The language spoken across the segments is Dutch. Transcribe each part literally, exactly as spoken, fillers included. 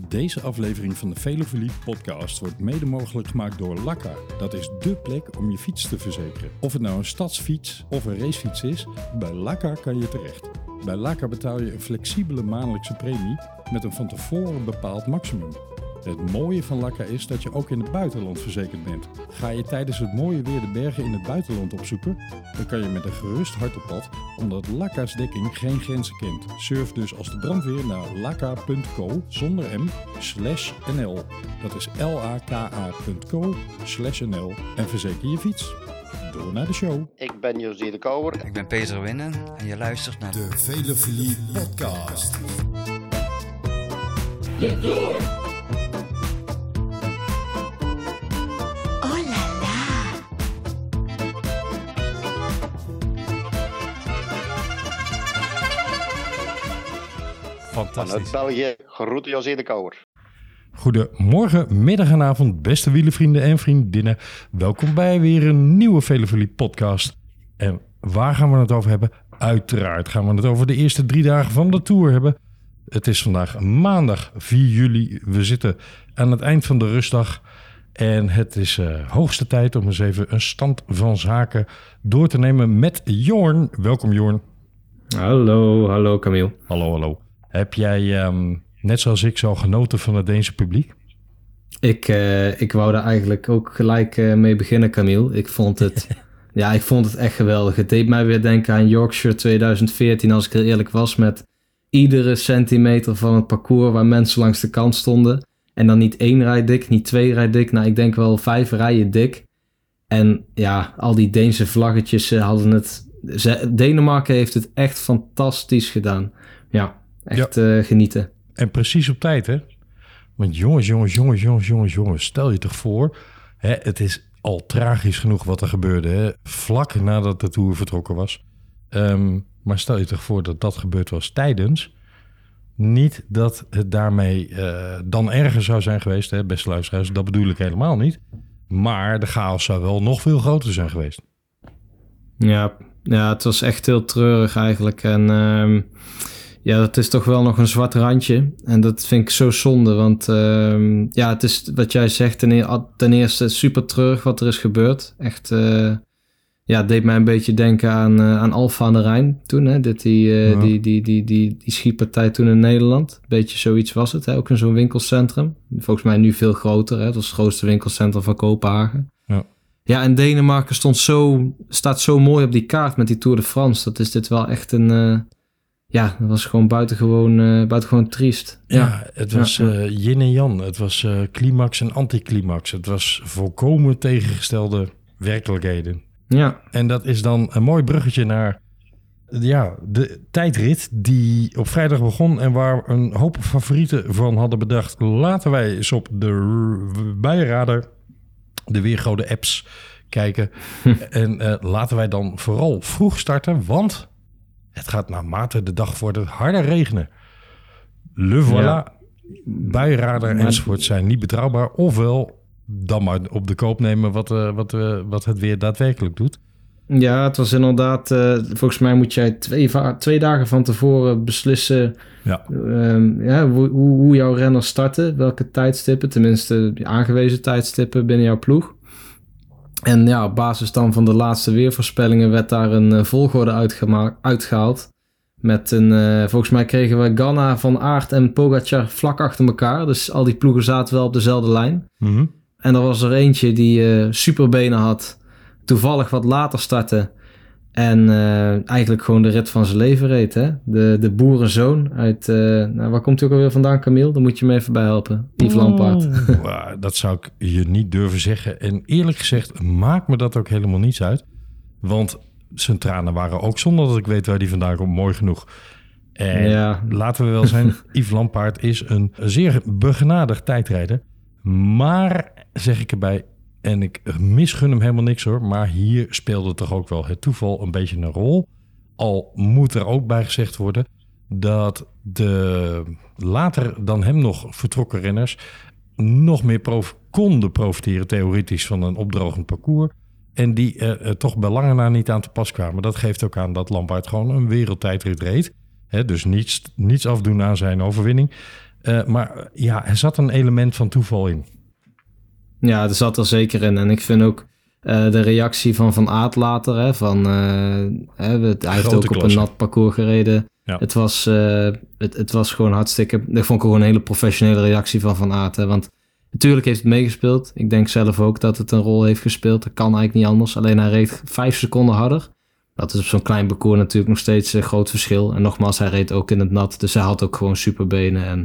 Deze aflevering van de Velofilie podcast wordt mede mogelijk gemaakt door Lakka. Dat is dé plek om je fiets te verzekeren. Of het nou een stadsfiets of een racefiets is, bij Lakka kan je terecht. Bij Lakka betaal je een flexibele maandelijkse premie met een van tevoren bepaald maximum. Het mooie van Lakka is dat je ook in het buitenland verzekerd bent. Ga je tijdens het mooie weer de bergen in het buitenland opzoeken, dan kan je met een gerust hart op pad, omdat Lakka's dekking geen grenzen kent. Surf dus als de brandweer naar lakka.co zonder m slash nl. Dat is l-a-k-a.co slash nl en verzeker je fiets. Door naar de show. Ik ben José de Kouwer. Ik ben Peter Winnen en je luistert naar de Velofilie podcast. De Tour. Vanuit België, groeten José de Kouwer. Goedemorgen, middag en avond, beste wielervrienden en vriendinnen. Welkom bij weer een nieuwe Velofilie podcast. En waar gaan we het over hebben? Uiteraard gaan we het over de eerste drie dagen van de Tour hebben. Het is vandaag maandag vier juli. We zitten aan het eind van de rustdag. En het is uh, hoogste tijd om eens even een stand van zaken door te nemen met Jorn. Welkom Jorn. Hallo, hallo Camille. Hallo, hallo. Heb jij, um, net zoals ik, zo genoten van het Deense publiek? Ik, uh, ik wou daar eigenlijk ook gelijk uh, mee beginnen, Camille. Ik vond het, ja, ik vond het echt geweldig. Het deed mij weer denken aan Yorkshire twintig veertien, als ik heel eerlijk was, met iedere centimeter van het parcours waar mensen langs de kant stonden. En dan niet één rij dik, niet twee rij dik, nou ik denk wel vijf rijen dik. En ja, al die Deense vlaggetjes uh, hadden het... Ze, Denemarken heeft het echt fantastisch gedaan. Ja. Echt ja. uh, genieten. En precies op tijd, hè? Want jongens, jongens, jongens, jongens, jongens, jongens, stel je toch voor, hè, het is al tragisch genoeg wat er gebeurde, hè, vlak nadat de Tour vertrokken was. Um, maar stel je toch voor dat dat gebeurd was tijdens. Niet dat het daarmee uh, dan erger zou zijn geweest, hè, beste luisteraars, dat bedoel ik helemaal niet. Maar de chaos zou wel nog veel groter zijn geweest. Ja, ja het was echt heel treurig eigenlijk. En... Uh... Ja, dat is toch wel nog een zwart randje. En dat vind ik zo zonde. Want uh, ja, het is wat jij zegt. Ten, e- ten eerste super treurig wat er is gebeurd. Echt, uh, ja, het deed mij een beetje denken aan, uh, aan Alphen aan de Rijn toen. Hè? Dit, die, uh, ja. die, die, die, die, die schietpartij toen in Nederland. Beetje zoiets was het. Hè? Ook in zo'n winkelcentrum. Volgens mij nu veel groter. Hè? Het was het grootste winkelcentrum van Kopenhagen. Ja. Ja, en Denemarken stond zo, staat zo mooi op die kaart met die Tour de France. Dat is dit wel echt een... Uh, Ja, dat was gewoon buitengewoon, uh, buitengewoon triest. Ja, ja het was uh, yin en yang. Het was uh, climax en anticlimax. Het was volkomen tegengestelde werkelijkheden. Ja. En dat is dan een mooi bruggetje naar ja, de tijdrit die op vrijdag begon en waar een hoop favorieten van hadden bedacht. Laten wij eens op de bijrader, de weergoden apps kijken. en uh, laten wij dan vooral vroeg starten, want... Het gaat naarmate de dag vordert harder regenen. Le voilà, ja. Buienradar maar... enzovoort zijn niet betrouwbaar. Ofwel, dan maar op de koop nemen wat, uh, wat, uh, wat het weer daadwerkelijk doet. Ja, het was inderdaad... Uh, volgens mij moet jij twee, twee dagen van tevoren beslissen... Ja. Um, ja, hoe, hoe jouw renners starten. Welke tijdstippen, tenminste aangewezen tijdstippen binnen jouw ploeg. En ja, op basis dan van de laatste weervoorspellingen werd daar een uh, volgorde uitgema- uitgehaald. Met een, uh, volgens mij kregen we Ganna, Van Aert en Pogacar vlak achter elkaar. Dus al die ploegen zaten wel op dezelfde lijn. Mm-hmm. En er was er eentje die uh, superbenen had. Toevallig wat later startte. En uh, eigenlijk gewoon de rit van zijn leven reed. Hè? De, de boerenzoon uit... Uh, nou, waar komt hij ook alweer vandaan, Camille? Dan moet je me even bij helpen. Yves Lampaert. Oh, dat zou ik je niet durven zeggen. En eerlijk gezegd maakt me dat ook helemaal niets uit. Want zijn tranen waren ook, zonder dat ik weet waar die vandaan komt, mooi genoeg. En ja. Laten we wel zijn, Yves Lampaert is een zeer begenadigd tijdrijder. Maar, zeg ik erbij... En ik misgun hem helemaal niks hoor. Maar hier speelde toch ook wel het toeval een beetje een rol. Al moet er ook bij gezegd worden dat de later dan hem nog vertrokken renners nog meer prof- konden profiteren theoretisch van een opdrogend parcours. En die uh, uh, toch bij lange na niet aan te pas kwamen. Dat geeft ook aan dat Lampaert gewoon een wereldtijdrit reed. Hè, dus niets, niets afdoen aan zijn overwinning. Uh, maar ja, er zat een element van toeval in. Ja, er zat er zeker in. En ik vind ook uh, de reactie van Van Aert later, hè, van, uh, hè, het, hij heeft ook klasse. Op een nat parcours gereden. Ja. Het, was, uh, het, het was gewoon hartstikke... Ik vond ook een hele professionele reactie van Van Aert. Hè, want natuurlijk heeft het meegespeeld. Ik denk zelf ook dat het een rol heeft gespeeld. Dat kan eigenlijk niet anders. Alleen hij reed vijf seconden harder. Dat is op zo'n klein parcours natuurlijk nog steeds een groot verschil. En nogmaals, hij reed ook in het nat. Dus hij had ook gewoon superbenen. En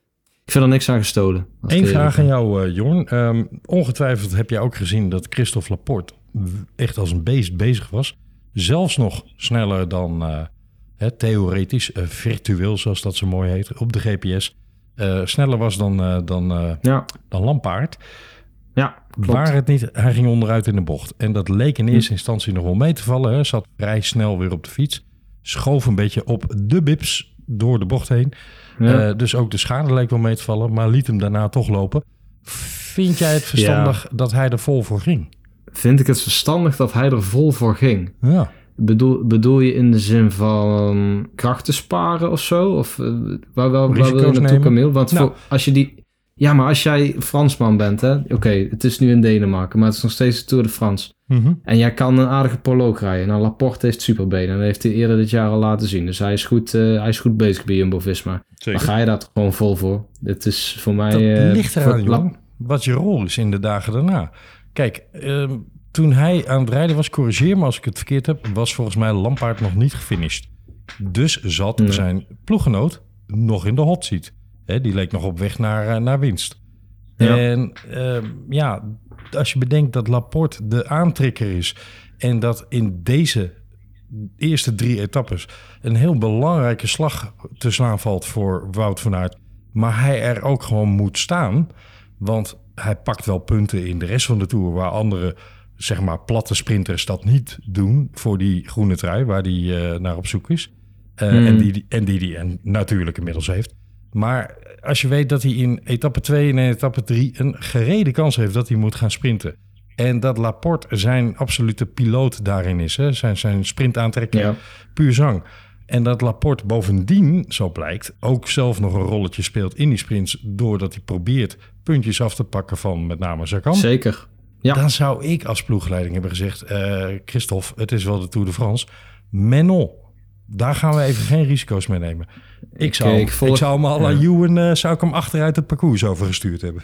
ik vind er niks aan gestolen. Eén vraag aan jou, uh, Jorn. Um, ongetwijfeld heb jij ook gezien dat Christophe Laporte echt als een beest bezig was. Zelfs nog sneller dan uh, hè, theoretisch, uh, virtueel zoals dat zo mooi heet, op de G P S. Uh, sneller was dan, uh, dan, uh, ja. dan Lampaard. Ja, klopt. Waar het niet, hij ging onderuit in de bocht. En dat leek in eerste instantie nog wel mee te vallen. Hè. Zat vrij snel weer op de fiets. Schoof een beetje op de bips door de bocht heen. Ja. Uh, dus ook de schade leek wel mee te vallen. Maar liet hem daarna toch lopen. Vind jij het verstandig ja. dat hij er vol voor ging? Vind ik het verstandig dat hij er vol voor ging? Ja. Bedoel, bedoel je in de zin van krachten sparen of zo? Of uh, waar, waar, waar wil je naartoe, Camille? Want nou. voor, als je die... Ja, maar als jij Fransman bent, hè? Oké, okay, het is nu in Denemarken, maar het is nog steeds de Tour de France. Mm-hmm. En jij kan een aardige proloog rijden. Nou, Laporte heeft superbenen. Dat heeft hij eerder dit jaar al laten zien. Dus hij is goed, uh, hij is goed bezig bij Jumbo-Visma. Maar ga je daar toch gewoon vol voor? Dit is voor mij... Dat uh, ligt eraan, Jan. Wat je rol is in de dagen daarna. Kijk, uh, toen hij aan het rijden was, corrigeer me als ik het verkeerd heb, was volgens mij Lampaard nog niet gefinished. Dus zat nee. zijn ploeggenoot nog in de hot seat. He, die leek nog op weg naar, uh, naar winst. Ja. En uh, ja, als je bedenkt dat Laporte de aantrekker is en dat in deze eerste drie etappes een heel belangrijke slag te slaan valt voor Wout van Aert, maar hij er ook gewoon moet staan, want hij pakt wel punten in de rest van de Tour waar andere, zeg maar, platte sprinters dat niet doen voor die groene trui waar hij uh, naar op zoek is. Uh, hmm. En die en die, die en natuurlijk inmiddels heeft. Maar als je weet dat hij in etappe twee en in etappe drie een gerede kans heeft dat hij moet gaan sprinten. En dat Laporte zijn absolute piloot daarin is. Hè? Zijn, zijn sprintaantrekker, ja. puur zang. En dat Laporte bovendien, zo blijkt, ook zelf nog een rolletje speelt in die sprints, doordat hij probeert puntjes af te pakken van met name Sagan. Zeker. Ja. Dan zou ik als ploegleiding hebben gezegd, uh, Christophe, het is wel de Tour de France. Menon, daar gaan we even geen risico's mee nemen. Ik zou, ik, volg... ik zou hem al aan ja. Ewan, uh, zou ik hem achteruit het parcours overgestuurd hebben.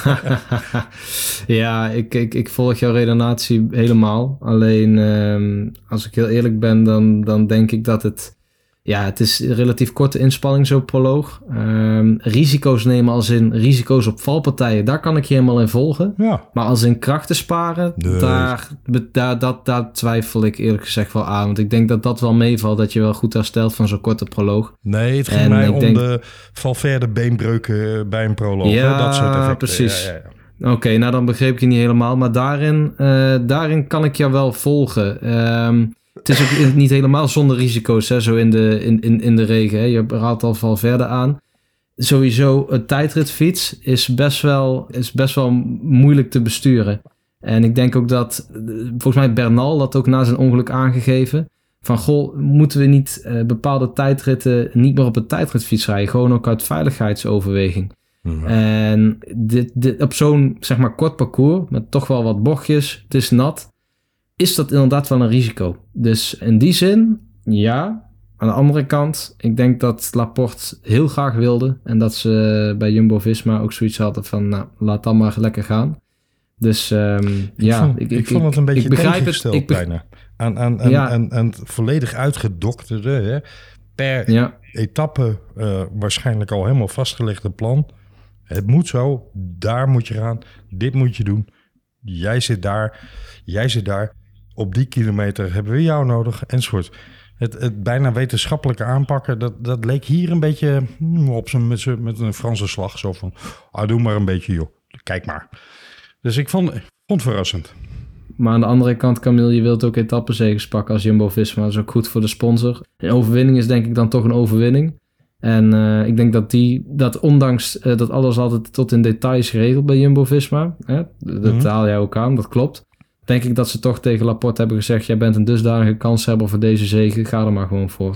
ja, ik, ik, ik volg jouw redenatie helemaal. Alleen, um, als ik heel eerlijk ben, dan, dan denk ik dat het... Ja, het is een relatief korte inspanning, zo'n proloog. Um, risico's nemen als in risico's op valpartijen, daar kan ik je helemaal in volgen. Ja. Maar als in krachten sparen, nee. daar, daar, dat, daar twijfel ik eerlijk gezegd wel aan. Want ik denk dat dat wel meevalt, dat je wel goed herstelt van zo'n korte proloog. Nee, het ging en mij om denk... de Valverde beenbreuken bij een proloog. Ja, hè? Dat soort effecten. Precies. Ja, ja, ja. Oké, okay, nou dan begreep ik je niet helemaal. Maar daarin, uh, daarin kan ik jou wel volgen. Um, Het is ook niet helemaal zonder risico's, hè, zo in de, in, in, in de regen. Hè. Je raalt al Valverde aan. Sowieso, een tijdritfiets is best wel, is best wel moeilijk te besturen. En ik denk ook dat, volgens mij Bernal dat ook na zijn ongeluk aangegeven. Van, goh, moeten we niet uh, bepaalde tijdritten niet meer op een tijdritfiets rijden? Gewoon ook uit veiligheidsoverweging. Mm-hmm. En dit, dit, op zo'n, zeg maar, kort parcours, met toch wel wat bochtjes, het is nat, is dat inderdaad wel een risico. Dus in die zin, ja. Aan de andere kant, ik denk dat Laporte heel graag wilde. En dat ze bij Jumbo-Visma ook zoiets hadden van, nou, laat dan maar lekker gaan. Dus um, ik ja. Vond, ik, ik, ik vond het een beetje tegengesteld het, bijna. Be- aan, aan, aan, ja. aan, aan het volledig uitgedokterde, hè, per ja. etappe uh, waarschijnlijk al helemaal vastgelegde plan. Het moet zo, daar moet je gaan, dit moet je doen. Jij zit daar, jij zit daar. Op die kilometer hebben we jou nodig, enzovoort. Het, het bijna wetenschappelijke aanpakken, dat, dat leek hier een beetje hmm, op zijn, met, zijn, met een Franse slag. Zo van, ah, doe maar een beetje, joh. Kijk maar. Dus ik vond, vond het verrassend. Maar aan de andere kant, Camille, je wilt ook etappenzegers pakken als Jumbo-Visma. Dat is ook goed voor de sponsor. Een overwinning is denk ik dan toch een overwinning. En uh, ik denk dat die, dat ondanks uh, dat alles altijd tot in details geregeld bij Jumbo-Visma, hè, dat mm-hmm. haal jij ook aan, dat klopt. Denk ik dat ze toch tegen Laporte hebben gezegd, jij bent een dusdanige kanshebber voor deze zege, ga er maar gewoon voor.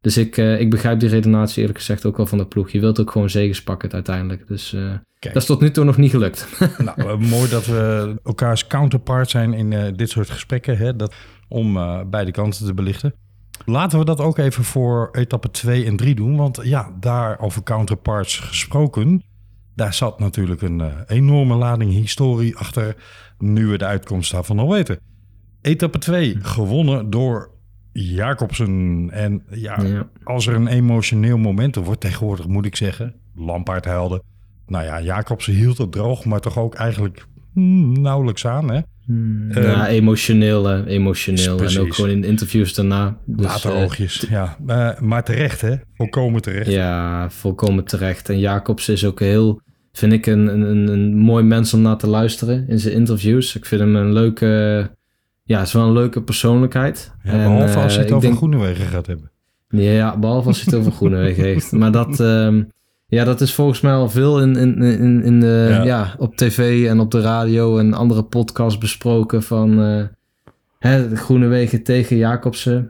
Dus ik, uh, ik begrijp die redenatie eerlijk gezegd ook wel van de ploeg. Je wilt ook gewoon zegens pakken uiteindelijk. Dus uh, dat is tot nu toe nog niet gelukt. Nou, uh, mooi dat we elkaars counterpart zijn in uh, dit soort gesprekken. Hè, dat, om uh, beide kanten te belichten. Laten we dat ook even voor etappe twee en drie doen. Want ja, daar over counterparts gesproken. Daar zat natuurlijk een uh, enorme lading historie achter. Nu we de uitkomst daarvan al weten. Etappe twee, gewonnen door Jacobsen. En ja, ja, als er een emotioneel moment wordt, tegenwoordig moet ik zeggen, Lampaard huilde. Nou ja, Jacobsen hield het droog, maar toch ook eigenlijk hmm, nauwelijks aan. Hè? Hmm, uh, ja, emotioneel, hè? emotioneel. Precies. En ook gewoon in interviews daarna. Dus, wateroogjes, uh, ja. Uh, maar terecht, hè? Volkomen terecht. Ja, volkomen terecht. En Jacobsen is ook heel, vind ik, een, een, een mooi mens om naar te luisteren in zijn interviews. Ik vind hem een leuke... Ja, het is wel een leuke persoonlijkheid. Ja, behalve en, als je het uh, over denk... Groenewegen gaat hebben. Ja, behalve als je het over Groenewegen heeft. Maar dat, um, ja, dat is volgens mij al veel in, in, in, in de, ja. Ja, op tv en op de radio en andere podcasts besproken van uh, hè, Groenewegen tegen Jacobsen.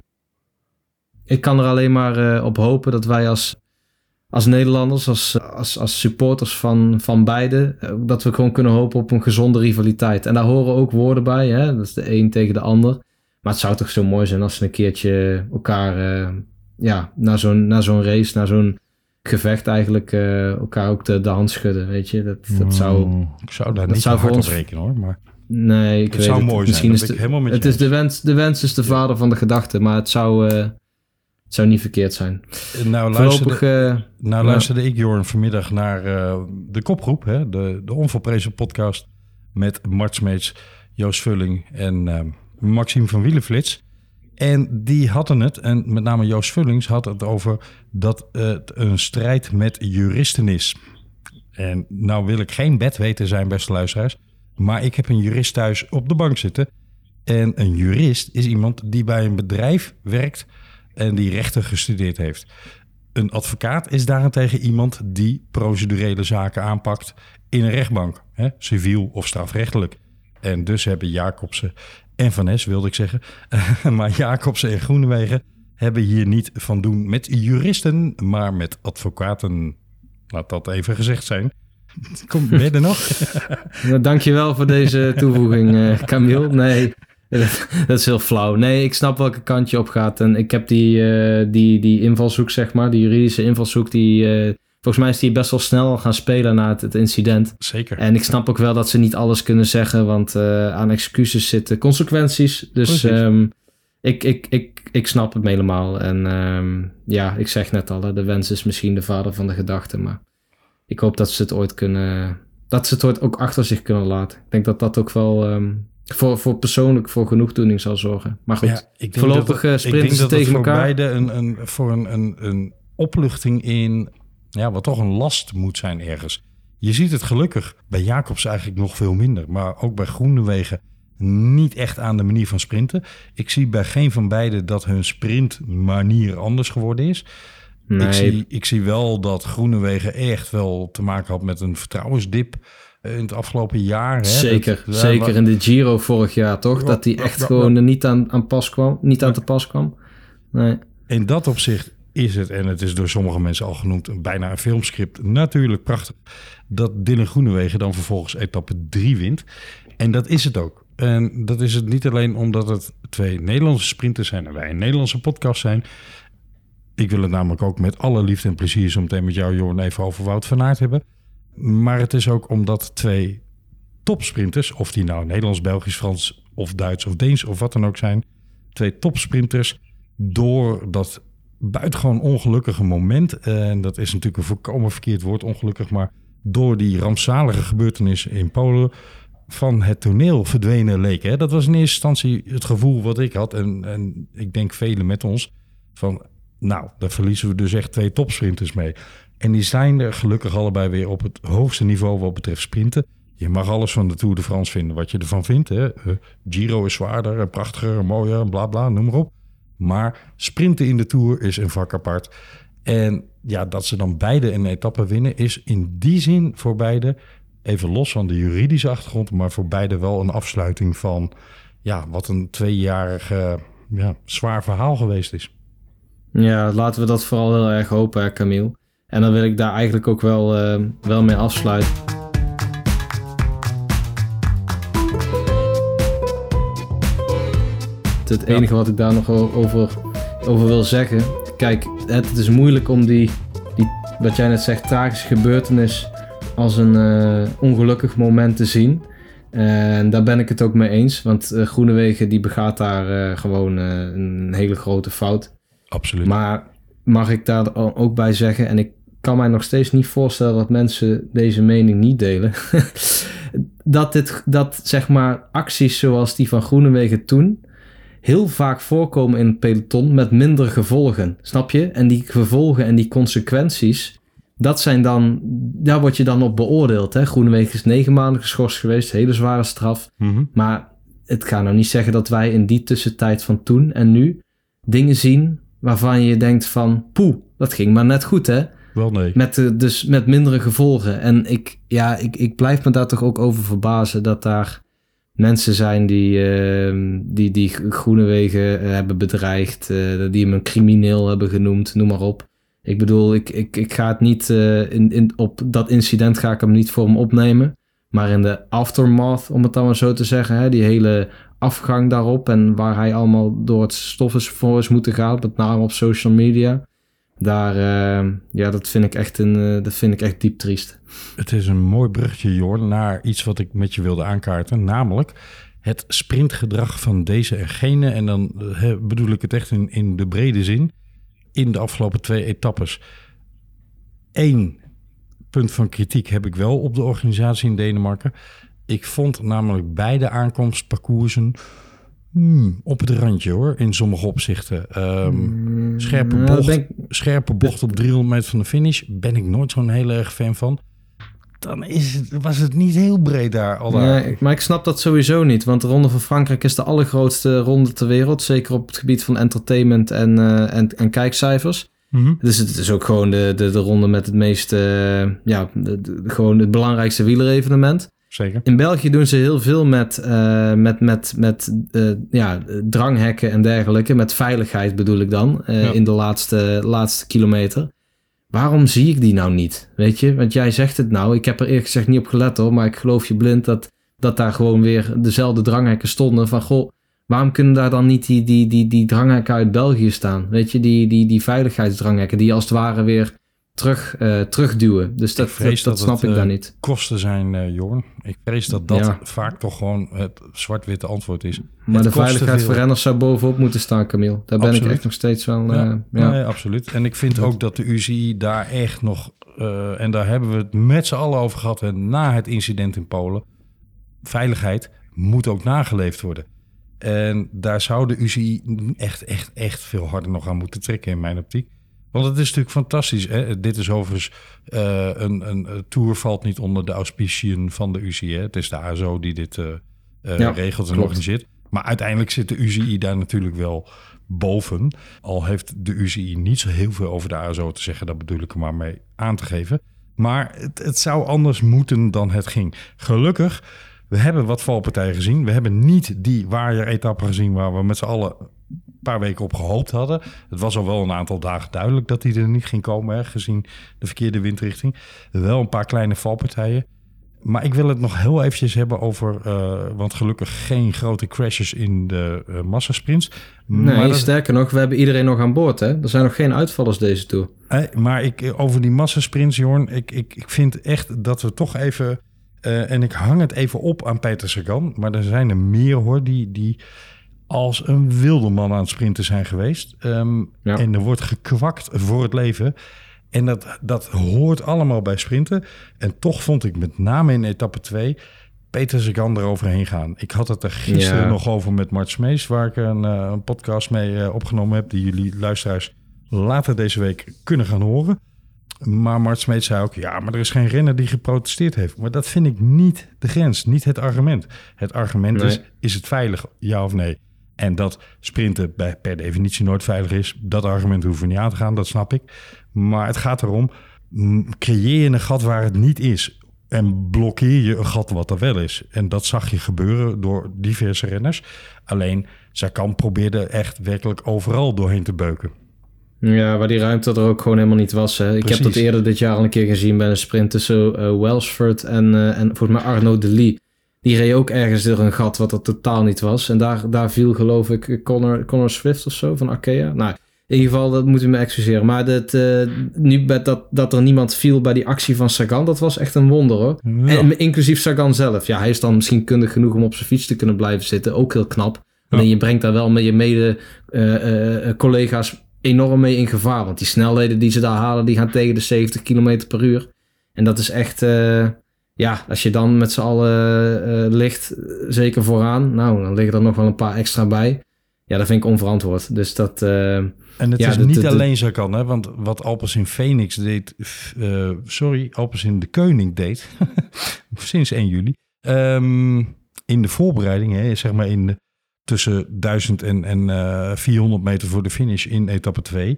Ik kan er alleen maar uh, op hopen dat wij als, als Nederlanders, als, als, als supporters van, van beide, uh, dat we gewoon kunnen hopen op een gezonde rivaliteit. En daar horen ook woorden bij, hè? Dat is de een tegen de ander. Maar het zou toch zo mooi zijn als ze een keertje elkaar, uh, ja, na zo'n, na zo'n race, na zo'n gevecht eigenlijk uh, elkaar ook de, de hand schudden, weet je. Dat, dat zou, mm, ik zou daar dat niet zou hard ons... op rekenen, hoor. Maar nee, ik het weet zou het. mooi Misschien zijn, is helemaal met het is de wens, de wens is de vader van de gedachte, maar het zou... Uh, Het zou niet verkeerd zijn. Nou luisterde, uh, nou, luisterde ja. ik, Jorn, vanmiddag naar uh, de kopgroep. Hè? De, de onvolprezen podcast met Mart Smeets, Joost Vulling en uh, Maxime van Wielenflits. En die hadden het, en met name Joost Vullings had het over dat het een strijd met juristen is. En nou wil ik geen bedweter zijn, beste luisteraars. Maar ik heb een jurist thuis op de bank zitten. En een jurist is iemand die bij een bedrijf werkt en die rechten gestudeerd heeft. Een advocaat is daarentegen iemand die procedurele zaken aanpakt in een rechtbank, hè, civiel of strafrechtelijk. En dus hebben Jacobsen en Van Ness, wilde ik zeggen, maar Jacobsen en Groenewegen hebben hier niet van doen met juristen, maar met advocaten. Laat dat even gezegd zijn. Kom, ben je er nog? Nou, dankjewel voor deze toevoeging, uh, Camille. Nee, dat is heel flauw. Nee, ik snap welke kant je op gaat. En ik heb die, uh, die, die invalshoek, zeg maar, die juridische invalshoek, die... Uh, volgens mij is die best wel snel gaan spelen na het, het incident. Zeker. En ik snap ook wel dat ze niet alles kunnen zeggen, want uh, aan excuses zitten consequenties. Dus um, ik, ik, ik, ik snap het helemaal. En um, ja, ik zeg net al, hè, de wens is misschien de vader van de gedachte, maar ik hoop dat ze het ooit kunnen, dat ze het ooit ook achter zich kunnen laten. Ik denk dat dat ook wel um, voor, voor persoonlijk voor genoegdoening zal zorgen. Maar goed, ja, ik voorlopig dat, sprinten ze tegen elkaar. Ik denk dat het voor beide een, een, voor een, een, een opluchting in... Ja, wat toch een last moet zijn ergens. Je ziet het gelukkig bij Jacobs eigenlijk nog veel minder. Maar ook bij Groenewegen niet echt aan de manier van sprinten. Ik zie bij geen van beiden dat hun sprintmanier anders geworden is. Nee. Ik, zie, ik zie wel dat Groenewegen echt wel te maken had met een vertrouwensdip in het afgelopen jaar. Hè? Zeker, dat, zeker waar... in de Giro vorig jaar toch? Ja, dat hij echt ja, gewoon ja. er niet aan, aan pas kwam, niet aan te pas kwam. Nee. In dat opzicht is het, en het is door sommige mensen al genoemd, bijna een filmscript. Natuurlijk prachtig dat Dylan Groenewegen dan vervolgens etappe drie wint. En dat is het ook. En dat is het niet alleen omdat het twee Nederlandse sprinters zijn en wij een Nederlandse podcast zijn. Ik wil het namelijk ook met alle liefde en plezier zo meteen met jou, Jorn, even over Wout van Aert hebben. Maar het is ook omdat twee topsprinters, of die nou Nederlands, Belgisch, Frans of Duits of Deens of wat dan ook zijn, twee topsprinters door dat buitengewoon ongelukkige moment, en dat is natuurlijk een volkomen verkeerd woord, ongelukkig, maar door die rampzalige gebeurtenis in Polen van het toneel verdwenen leken. Hè? Dat was in eerste instantie het gevoel wat ik had, en, en ik denk velen met ons, van nou, daar verliezen we dus echt twee topsprinters mee. En die zijn er gelukkig allebei weer op het hoogste niveau wat betreft sprinten. Je mag alles van de Tour de France vinden wat je ervan vindt. Hè? Uh, Giro is zwaarder, prachtiger, mooier, bla bla, noem maar op. Maar sprinten in de Tour is een vak apart. En ja, dat ze dan beide een etappe winnen is in die zin voor beide, even los van de juridische achtergrond, maar voor beide wel een afsluiting van ja, wat een tweejarig ja, zwaar verhaal geweest is. Ja, laten we dat vooral heel erg hopen, hè, Camille. En dan wil ik daar eigenlijk ook wel, uh, wel mee afsluiten. Het enige wat ik daar nog over, over wil zeggen. Kijk, het is moeilijk om die, die, wat jij net zegt, tragische gebeurtenis als een uh, ongelukkig moment te zien. En daar ben ik het ook mee eens. Want uh, Groenewegen die begaat daar uh, gewoon uh, een hele grote fout. Absoluut. Maar mag ik daar ook bij zeggen, en ik kan mij nog steeds niet voorstellen dat mensen deze mening niet delen. dat, dit, dat zeg maar acties zoals die van Groenewegen toen heel vaak voorkomen in het peloton met minder gevolgen. Snap je? En die gevolgen en die consequenties, dat zijn dan, daar word je dan op beoordeeld. Hè? Groenewegen is negen maanden geschorst geweest, hele zware straf. Mm-hmm. Maar het gaat nou niet zeggen dat wij in die tussentijd van toen en nu dingen zien waarvan je denkt van, poeh, dat ging maar net goed, hè? Wel nee. Met, uh, dus met mindere gevolgen. En ik, ja, ik, ik blijf me daar toch ook over verbazen dat daar mensen zijn die, uh, die, die Groenewegen uh, hebben bedreigd, uh, die hem een crimineel hebben genoemd, noem maar op. Ik bedoel, ik, ik, ik ga het niet, uh, in, in, op dat incident ga ik hem niet voor hem opnemen. Maar in de aftermath, om het dan maar zo te zeggen, hè, die hele afgang daarop en waar hij allemaal door het stof is voor is moeten gaan, met name op social media. Daar, uh, ja, dat vind ik echt een, uh, dat vind ik echt diep triest. Het is een mooi bruggetje, Jorn, naar iets wat ik met je wilde aankaarten. Namelijk het sprintgedrag van deze en gene. En dan he, bedoel ik het echt in, in de brede zin. In de afgelopen twee etappes. Eén punt van kritiek heb ik wel op de organisatie in Denemarken. Ik vond namelijk beide aankomstparcoursen Hmm, op het randje hoor, in sommige opzichten. Um, scherpe, bocht, ik... scherpe bocht op driehonderd meter van de finish. Ben ik nooit zo'n heel erg fan van. Dan is het, was het niet heel breed daar. Al daar. Nee, maar ik snap dat sowieso niet. Want de Ronde van Frankrijk is de allergrootste ronde ter wereld. Zeker op het gebied van entertainment en, uh, en, en kijkcijfers. Mm-hmm. Dus het is ook gewoon de, de, de ronde met het meeste, uh, ja, de, de, gewoon het belangrijkste wielerevenement. Zeker. In België doen ze heel veel met, uh, met, met, met uh, ja, dranghekken en dergelijke. Met veiligheid bedoel ik dan, uh, ja. in de laatste, laatste kilometer. Waarom zie ik die nou niet? Weet je, want jij zegt het nou. Ik heb er eerlijk gezegd niet op gelet hoor. Maar ik geloof je blind dat, dat daar gewoon weer dezelfde dranghekken stonden. Van goh, waarom kunnen daar dan niet die, die, die, die dranghekken uit België staan? Weet je, die, die, die veiligheidsdranghekken die als het ware weer terug, uh, terugduwen. Dus dat, dat, dat, dat snap het, ik daar niet. Kosten zijn, uh, Jorn. Ik vrees dat dat ja. vaak toch gewoon het zwart-witte antwoord is. Maar het de veiligheid veel. Voor renners zou bovenop moeten staan, Camille. Daar absoluut. Ben ik echt nog steeds wel... Uh, ja. Ja. Nee, absoluut. En ik vind ook dat de U C I daar echt nog... Uh, en daar hebben we het met z'n allen over gehad. En na het incident in Polen. Veiligheid moet ook nageleefd worden. En daar zou de U C I echt, echt, echt veel harder nog aan moeten trekken in mijn optiek. Want het is natuurlijk fantastisch. Hè? Dit is overigens uh, een, een, een tour valt niet onder de auspiciën van de U C I. Hè? Het is de A S O die dit uh, uh, ja, regelt en organiseert. Maar uiteindelijk zit de U C I daar natuurlijk wel boven. Al heeft de U C I niet zo heel veel over de A S O te zeggen. Dat bedoel ik er maar mee aan te geven. Maar het, het zou anders moeten dan het ging. Gelukkig, we hebben wat valpartijen gezien. We hebben niet die waaier-etappe gezien waar we met z'n allen een paar weken op gehoopt hadden. Het was al wel een aantal dagen duidelijk dat die er niet ging komen, hè, gezien de verkeerde windrichting. Wel een paar kleine valpartijen. Maar ik wil het nog heel eventjes hebben over, uh, want gelukkig geen grote crashes in de uh, massasprints. Nee, maar dat... sterker nog, we hebben iedereen nog aan boord. Hè? Er zijn nog geen uitvallers deze tour. Hey, maar ik, over die massasprints, Jorn, ik, ik, ik vind echt dat we toch even... Uh, en ik hang het even op aan Peter Sagan, maar er zijn er meer hoor, die... die als een wilde man aan het sprinten zijn geweest. Um, ja. En er wordt gekwakt voor het leven. En dat, dat hoort allemaal bij sprinten. En toch vond ik met name in etappe twee... Peter Sagan eroverheen gaan. Ik had het er gisteren ja. nog over met Mart Smees... waar ik een, uh, een podcast mee uh, opgenomen heb... die jullie luisteraars later deze week kunnen gaan horen. Maar Mart Smees zei ook... ja, maar er is geen renner die geprotesteerd heeft. Maar dat vind ik niet de grens, niet het argument. Het argument nee. is, is het veilig, ja of nee? En dat sprinten bij, per definitie nooit veilig is... dat argument hoeven we niet aan te gaan, dat snap ik. Maar het gaat erom, creëer je een gat waar het niet is... en blokkeer je een gat wat er wel is. En dat zag je gebeuren door diverse renners. Alleen, Sagan probeerde echt werkelijk overal doorheen te beuken. Ja, waar die ruimte er ook gewoon helemaal niet was. Hè. Ik heb dat eerder dit jaar al een keer gezien bij een sprint tussen uh, Welsford en, uh, en volgens mij Arnaud Delis. Die reed ook ergens door een gat wat er totaal niet was. En daar, daar viel geloof ik Connor, Connor Swift of zo van Arkea. Nou, in ieder geval, dat moet u me excuseren. Maar dat, uh, nu met dat, dat er niemand viel bij die actie van Sagan, dat was echt een wonder hoor. Ja. En inclusief Sagan zelf. Ja, hij is dan misschien kundig genoeg om op zijn fiets te kunnen blijven zitten. Ook heel knap. Alleen ja. je brengt daar wel met je mede uh, uh, collega's enorm mee in gevaar. Want die snelheden die ze daar halen, die gaan tegen de zeventig kilometer per uur. En dat is echt... Uh, ja, als je dan met z'n allen uh, ligt, zeker vooraan... nou, dan liggen er nog wel een paar extra bij. Ja, dat vind ik onverantwoord. Dus dat... Uh, en het ja, is de, niet de, alleen Sagan, hè? Want wat Alpecin Phoenix deed... Uh, sorry, Alpecin de Koning deed... sinds één juli... Um, in de voorbereiding, hè, zeg maar in de, tussen duizend en, en uh, vierhonderd meter voor de finish in etappe twee...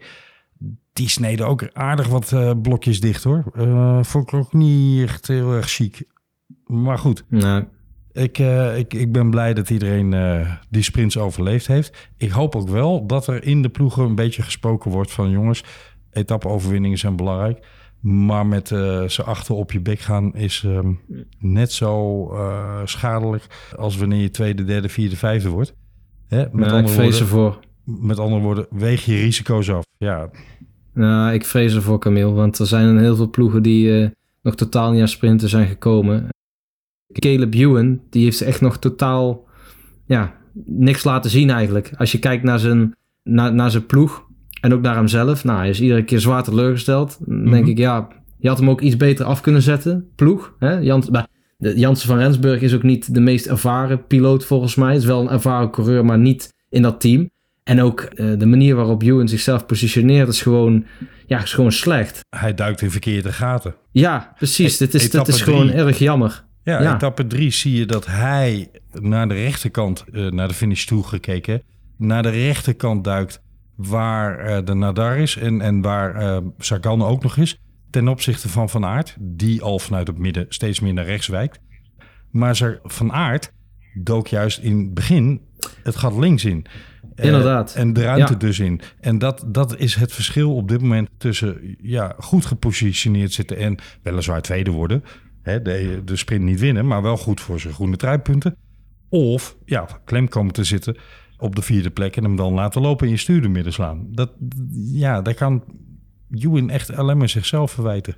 die sneden ook aardig wat uh, blokjes dicht, hoor. Uh, vond ik ook niet echt heel erg chic. Maar goed... Nee. Ik, uh, ik, ik ben blij dat iedereen uh, die sprints overleefd heeft. Ik hoop ook wel dat er in de ploegen een beetje gesproken wordt van... jongens, etappe-overwinningen zijn belangrijk. Maar met uh, z'n achter op je bek gaan is um, net zo uh, schadelijk... als wanneer je tweede, derde, vierde, vijfde wordt. Hè? Met ja, ik vrees ervoor. Met andere woorden, weeg je risico's af. Ja. Nou, ik vrees ervoor, Camille. Want er zijn heel veel ploegen die uh, nog totaal niet aan sprinten zijn gekomen... Caleb Ewan, die heeft echt nog totaal ja, niks laten zien eigenlijk. Als je kijkt naar zijn, naar, naar zijn ploeg en ook naar hemzelf. Nou, hij is iedere keer zwaar teleurgesteld. Dan mm-hmm. denk ik, ja, je had hem ook iets beter af kunnen zetten. Ploeg, hè? Jans, Jansen van Rensburg is ook niet de meest ervaren piloot volgens mij. Het is wel een ervaren coureur, maar niet in dat team. En ook uh, de manier waarop Ewan zichzelf positioneert is gewoon, ja, is gewoon slecht. Hij duikt in verkeerde gaten. Ja, precies. E- dit is, dit is gewoon drie. erg jammer. Ja, ja, etappe drie zie je dat hij naar de rechterkant, uh, naar de finish toe gekeken, naar de rechterkant duikt waar uh, de Nadar is en, en waar uh, Sagan ook nog is, ten opzichte van Van Aert, die al vanuit het midden steeds meer naar rechts wijkt. Maar Van Aert dook juist in het begin het gat links in. Inderdaad. Uh, en de ruimte ja. dus in. En dat, dat is het verschil op dit moment tussen ja, goed gepositioneerd zitten en weliswaar tweede worden. He, de, de sprint niet winnen, maar wel goed voor zijn groene truipunten. Of ja, klem komen te zitten op de vierde plek en hem dan laten lopen en je stuur midden slaan. Dat, ja, daar kan Ewan echt alleen maar zichzelf verwijten.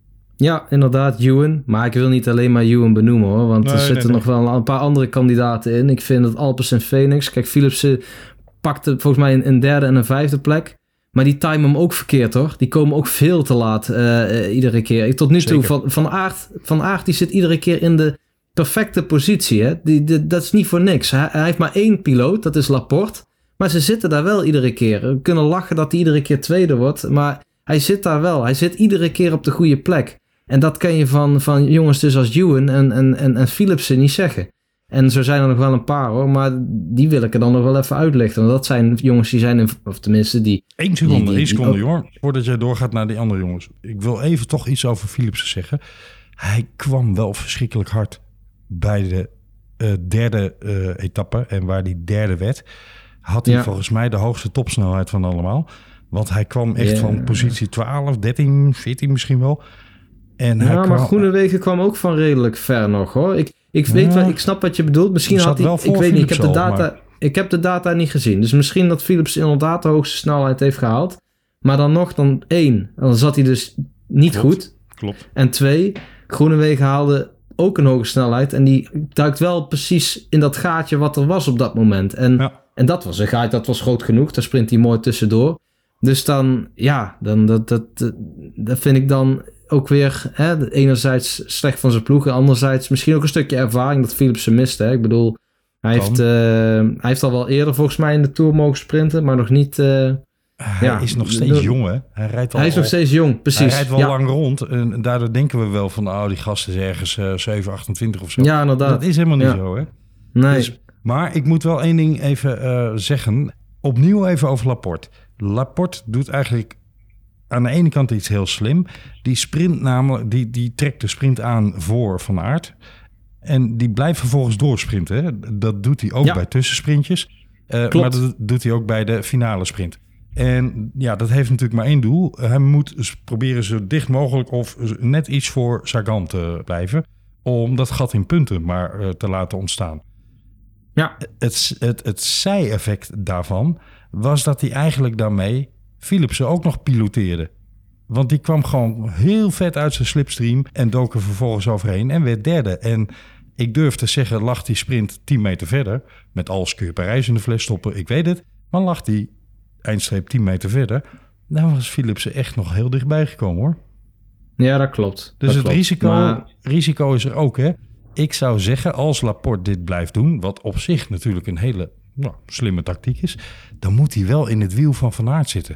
Ja, inderdaad, Ewan. Maar ik wil niet alleen maar Ewan benoemen hoor, want nee, er zitten nee, nog nee. wel een paar andere kandidaten in. Ik vind dat Alpecin Phoenix, kijk, Philipsen pakte volgens mij een, een derde en een vijfde plek. Maar die timen hem ook verkeerd, hoor. Die komen ook veel te laat uh, uh, iedere keer. Tot nu Zeker. toe, Van, van, Aert, van Aert die zit iedere keer in de perfecte positie. Hè? Die, die, dat is niet voor niks. Hij, hij heeft maar één piloot, dat is Laporte. Maar ze zitten daar wel iedere keer. We kunnen lachen dat hij iedere keer tweede wordt. Maar hij zit daar wel. Hij zit iedere keer op de goede plek. En dat kan je van, van jongens dus als Ewan en, en, en, en Philipsen niet zeggen. En zo zijn er nog wel een paar hoor, maar die wil ik er dan nog wel even uitlichten. Want dat zijn jongens die zijn, in, of tenminste die... Eén seconde, die, die, één seconde die, hoor, voordat jij doorgaat naar die andere jongens. Ik wil even toch iets over Philipsen zeggen. Hij kwam wel verschrikkelijk hard bij de uh, derde uh, etappe. En waar die derde werd, had hij ja. volgens mij de hoogste topsnelheid van allemaal. Want hij kwam echt yeah. van positie twaalf, dertien, veertien misschien wel. En ja, hij maar kwam, Groenewegen kwam ook van redelijk ver nog hoor. Ik... Ik weet wel, ik snap wat je bedoelt. Misschien had hij, ik weet niet, ik heb de data, maar... ik heb de data niet gezien. Dus misschien dat Philips inderdaad de hoogste snelheid heeft gehaald. Maar dan nog, dan één, dan zat hij dus niet Klopt. goed. Klopt. En twee, Groenewegen haalde ook een hoge snelheid. En die duikt wel precies in dat gaatje wat er was op dat moment. En, ja. en dat was een gaatje, dat was groot genoeg. Daar sprint hij mooi tussendoor. Dus dan, ja, dan, dat, dat, dat, dat vind ik dan... ook weer hè, enerzijds slecht van zijn ploeg en anderzijds misschien ook een stukje ervaring dat Philipsen miste. Hè. Ik bedoel, hij heeft, uh, hij heeft al wel eerder volgens mij in de Tour mogen sprinten, maar nog niet... Uh, hij ja, is nog steeds de, jong, hè? Hij, rijdt al, hij is nog steeds jong, precies. Hij rijdt wel ja. lang rond en daardoor denken we wel van, oh, die gast is ergens uh, zeven, achtentwintig of zo. Ja, inderdaad. Dat is helemaal niet ja. zo, hè? Nee. Dus, maar ik moet wel één ding even uh, zeggen. Opnieuw even over Laporte. Laporte doet eigenlijk aan de ene kant iets heel slim. Die sprint namelijk, die, die trekt de sprint aan voor Van Aert. En die blijft vervolgens doorsprinten. Hè? Dat doet hij ook ja. bij tussensprintjes. Uh, maar dat doet hij ook bij de finale sprint. En ja, dat heeft natuurlijk maar één doel. Hij moet proberen zo dicht mogelijk of net iets voor Sagan te blijven. Om dat gat in punten maar uh, te laten ontstaan. Ja. Het, het, het zij-effect daarvan was dat hij eigenlijk daarmee Philipsen ook nog piloteerde. Want die kwam gewoon heel vet uit zijn slipstream en dook er vervolgens overheen en werd derde. En ik durf te zeggen, lag die sprint tien meter verder. Met alles kun je Parijs in de fles stoppen, ik weet het. Maar lag die eindstreep tien meter verder, dan was Philipsen echt nog heel dichtbij gekomen hoor. Ja, dat klopt. Dus dat het klopt. Risico, maar... risico is er ook hè. Ik zou zeggen, als Laporte dit blijft doen, wat op zich natuurlijk een hele nou, slimme tactiek is, dan moet hij wel in het wiel van Van Aert zitten.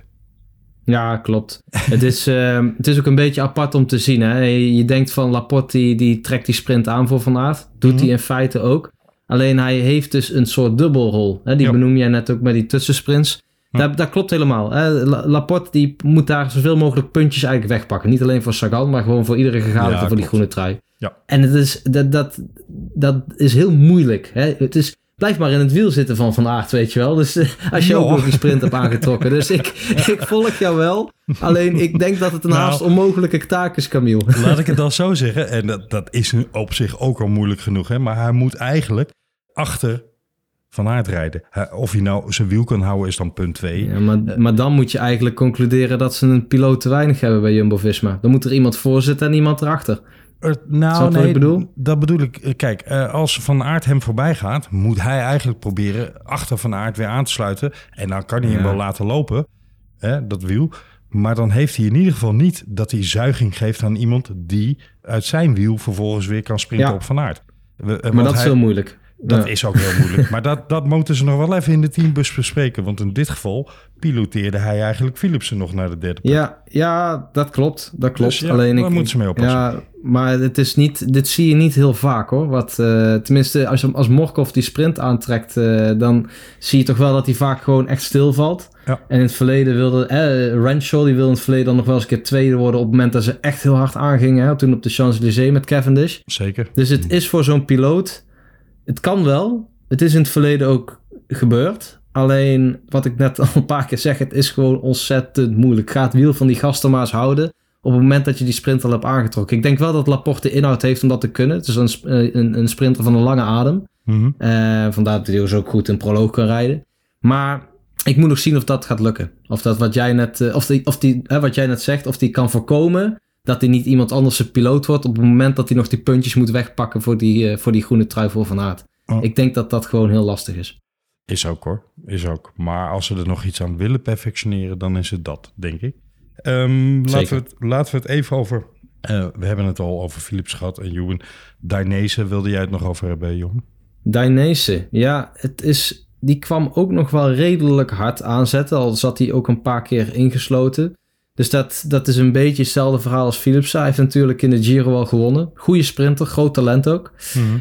Ja, klopt. het, is, uh, het is ook een beetje apart om te zien. Hè? Je denkt van Laporte, die, die trekt die sprint aan voor Van Aert. Doet hij mm-hmm. in feite ook. Alleen hij heeft dus een soort dubbelrol. Hè? Die ja. benoem jij net ook met die tussensprints. Ja. Dat, dat klopt helemaal. Hè? Laporte die moet daar zoveel mogelijk puntjes eigenlijk wegpakken. Niet alleen voor Sagan, maar gewoon voor iedere gegadigde ja, voor klopt. Die groene trui. Ja. En het is, dat, dat, dat is heel moeilijk. Hè? Het is... Blijf maar in het wiel zitten van Van Aert, weet je wel. Dus uh, als je no. ook nog die sprint hebt aangetrokken. Dus ik, ik volg jou wel. Alleen ik denk dat het een nou, haast onmogelijke taak is, Camille. Laat ik het dan zo zeggen. En dat, dat is op zich ook al moeilijk genoeg. Hè? Maar hij moet eigenlijk achter Van Aert rijden. Of hij nou zijn wiel kan houden is dan punt twee. Ja, maar, uh, maar dan moet je eigenlijk concluderen dat ze een piloot te weinig hebben bij Jumbo-Visma. Dan moet er iemand voor zitten en iemand erachter. Er, nou, nee, bedoel? dat bedoel ik. Kijk, uh, als Van Aert hem voorbij gaat, moet hij eigenlijk proberen achter Van Aert weer aan te sluiten. En dan kan hij ja. hem wel laten lopen, hè, dat wiel. Maar dan heeft hij in ieder geval niet dat hij zuiging geeft aan iemand die uit zijn wiel vervolgens weer kan sprinten ja. op Van Aert. We, uh, maar dat hij, is heel moeilijk. Dat ja. is ook heel moeilijk. Maar dat, dat moeten ze nog wel even in de teambus bespreken. Want in dit geval piloteerde hij eigenlijk Philipsen nog naar de derde plek. Ja, ja, dat klopt. Dat klopt. Dus ja, Alleen daar ik, moeten ze mee oppassen. Ja, maar het is niet, dit zie je niet heel vaak hoor. Wat, uh, tenminste, als, als Morkov die sprint aantrekt, uh, dan zie je toch wel dat hij vaak gewoon echt stilvalt. Ja. En in het verleden wilde uh, Renshaw, die wilde in het verleden dan nog wel eens een keer tweede worden op het moment dat ze echt heel hard aangingen. Hè, toen op de Champs-Élysées met Cavendish. Zeker. Dus het is voor zo'n piloot, het kan wel. Het is in het verleden ook gebeurd. Alleen, wat ik net al een paar keer zeg, het is gewoon ontzettend moeilijk. Ga het wiel van die gasten maar eens houden op het moment dat je die sprint al hebt aangetrokken. Ik denk wel dat Laporte de inhoud heeft om dat te kunnen. Het is een, een, een sprinter van een lange adem. Mm-hmm. Uh, vandaar dat hij dus ook goed een proloog kan rijden. Maar ik moet nog zien of dat gaat lukken. Of dat wat jij net, uh, of die, of die, uh, wat jij net zegt, of die kan voorkomen dat hij niet iemand anders zijn piloot wordt op het moment dat hij nog die puntjes moet wegpakken voor die, uh, voor die groene trui voor Van Aert. Oh. Ik denk dat dat gewoon heel lastig is. Is ook hoor, is ook. Maar als ze er nog iets aan willen perfectioneren, dan is het dat, denk ik. Um, laten, we het, laten we het even over... Uh, we hebben het al over Philips gehad en Ewan. Dainese, wilde jij het nog over hebben, Johan? Dainese, ja, het is, die kwam ook nog wel redelijk hard aanzetten. Al zat hij ook een paar keer ingesloten. Dus dat, dat is een beetje hetzelfde verhaal als Philipsen. Hij heeft natuurlijk in de Giro al gewonnen. Goeie sprinter, groot talent ook. Mm-hmm.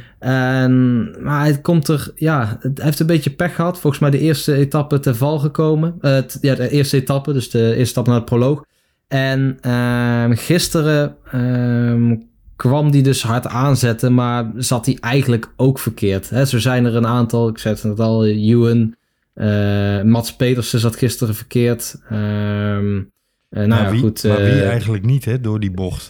En, maar het komt er, ja, het, hij heeft een beetje pech gehad. Volgens mij de eerste etappe te val gekomen. Uh, t, ja, de eerste etappe, dus de eerste stap naar het proloog. En uh, gisteren uh, kwam die dus hard aanzetten, maar zat hij eigenlijk ook verkeerd. Hè? Zo zijn er een aantal, ik zei het net al, Ewan, uh, Mats Pedersen zat gisteren verkeerd. Uh, Uh, nou maar, ja, wie, goed, maar uh, wie eigenlijk niet, hè, door die bocht?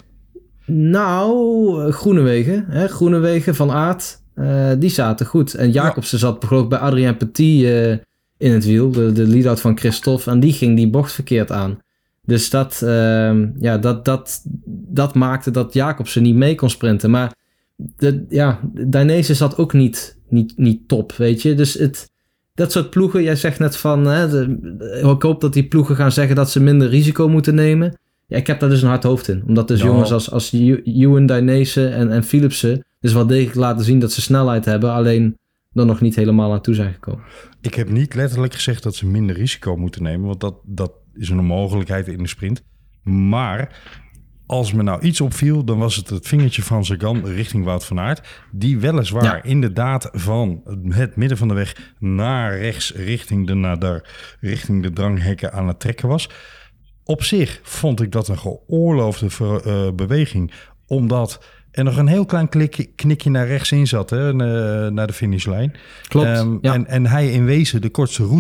Nou, Groenewegen, hè, Groenewegen, Van Aert, uh, die zaten goed. En Jacobsen ja. zat geloof ik bij Adrien Petit uh, in het wiel, de, de lead-out van Christophe, en die ging die bocht verkeerd aan. Dus dat, uh, ja, dat, dat, dat maakte dat Jacobsen niet mee kon sprinten. Maar de, ja, Dainese zat ook niet, niet, niet top, weet je. Dus het... Dat soort ploegen, jij zegt net van, hè, de, ik hoop dat die ploegen gaan zeggen dat ze minder risico moeten nemen. Ja, ik heb daar dus een hard hoofd in. Omdat dus no. jongens als, als Ewan, Dainese en, en Philipsen dus wel degelijk laten zien dat ze snelheid hebben, alleen er nog niet helemaal naartoe zijn gekomen. Ik heb niet letterlijk gezegd dat ze minder risico moeten nemen, want dat, dat is een onmogelijkheid in de sprint. Maar als me nou iets opviel, dan was het het vingertje van Sagan richting Wout van Aert. Die weliswaar ja. inderdaad van het midden van de weg naar rechts richting de, naar de, richting de dranghekken aan het trekken was. Op zich vond ik dat een geoorloofde ver, uh, beweging. Omdat er nog een heel klein klikje, knikje naar rechts in zat, hè, naar de finishlijn. Klopt, um, ja. en, en hij in wezen de kortste route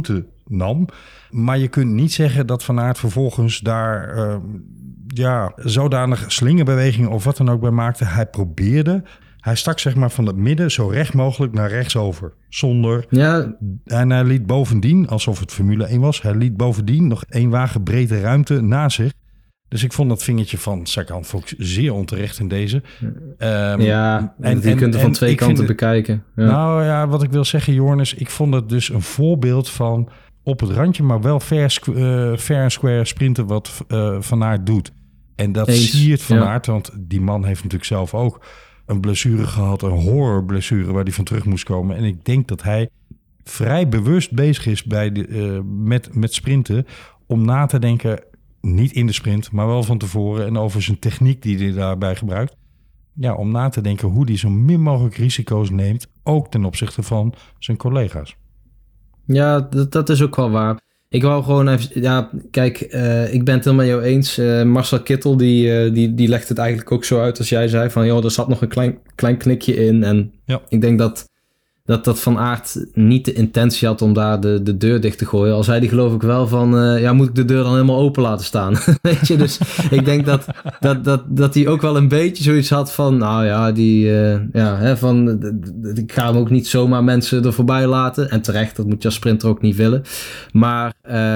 nam. Maar je kunt niet zeggen dat Van Aert vervolgens daar uh, ja, zodanig slingerbewegingen of wat dan ook bij maakte. Hij probeerde, hij stak zeg maar van het midden zo recht mogelijk naar rechts over. Zonder, ja. En hij liet bovendien, alsof het Formule één was, hij liet bovendien nog één wagen breedte ruimte na zich. Dus ik vond dat vingertje van Sagan zeer onterecht in deze. Um, ja, en je kunt er van twee kanten het, bekijken. Ja. Nou ja, wat ik wil zeggen, Jornis, ik vond het dus een voorbeeld van op het randje, maar wel fair, uh, fair and square sprinten wat uh, Van Aert doet. En dat Eens, zie je het Van ja. Aert, want die man heeft natuurlijk zelf ook een blessure gehad, een horrorblessure waar hij van terug moest komen. En ik denk dat hij vrij bewust bezig is bij de, uh, met, met sprinten om na te denken, niet in de sprint, maar wel van tevoren en over zijn techniek die hij daarbij gebruikt. Ja, om na te denken hoe hij zo min mogelijk risico's neemt, ook ten opzichte van zijn collega's. Ja, dat, dat is ook wel waar. Ik wou gewoon even, ja, kijk, uh, ik ben het helemaal met jou eens. Uh, Marcel Kittel, die, uh, die, die legt het eigenlijk ook zo uit als jij zei van, joh, er zat nog een klein, klein knikje in. En ja. ik denk dat, dat dat Van Aert niet de intentie had om daar de, de deur dicht te gooien. Al zei die geloof ik wel van, uh, ja, moet ik de deur dan helemaal open laten staan? Weet je, dus ik denk dat, dat, dat, dat hij ook wel een beetje zoiets had van, nou ja, die, uh, ja, hè, van, d- d- ik ga hem ook niet zomaar mensen er voorbij laten. En terecht, dat moet je als sprinter ook niet willen. Maar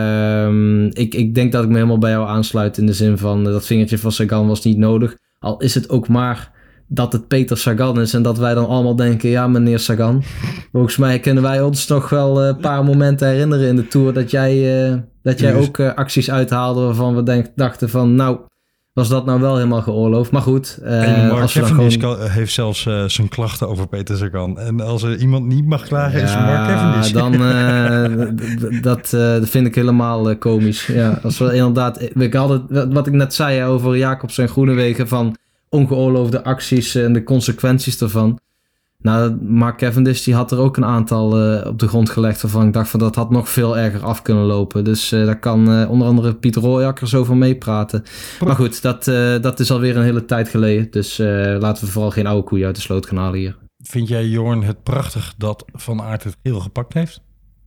uh, ik, ik denk dat ik me helemaal bij jou aansluit in de zin van, uh, dat vingertje van Sagan was niet nodig. Al is het ook maar dat het Peter Sagan is en dat wij dan allemaal denken, ja meneer Sagan. Volgens mij kunnen wij ons toch wel een paar momenten herinneren in de Tour dat jij, uh, dat jij ook uh, acties uithaalde waarvan we denk, dachten van, nou, was dat nou wel helemaal geoorloofd. Maar goed. Uh, en Mark Cavendish gewoon... heeft zelfs uh, zijn klachten over Peter Sagan. En als er iemand niet mag klagen, ja, is Mark Cavendish. Dan uh, d- dat, uh, dat vind ik helemaal uh, komisch. Ja, als we inderdaad, ik had het, wat ik net zei over Jacobsen en Groenewegen van ongeoorloofde acties en de consequenties daarvan. Nou, Mark Cavendish die had er ook een aantal uh, op de grond gelegd waarvan ik dacht van dat had nog veel erger af kunnen lopen. Dus uh, daar kan uh, onder andere Pieter Rooijakkers over meepraten. Maar goed, dat, uh, dat is alweer een hele tijd geleden. Dus uh, laten we vooral geen oude koeien uit de sloot gaan halen hier. Vind jij, Jorn, het prachtig dat Van Aert het geel gepakt heeft?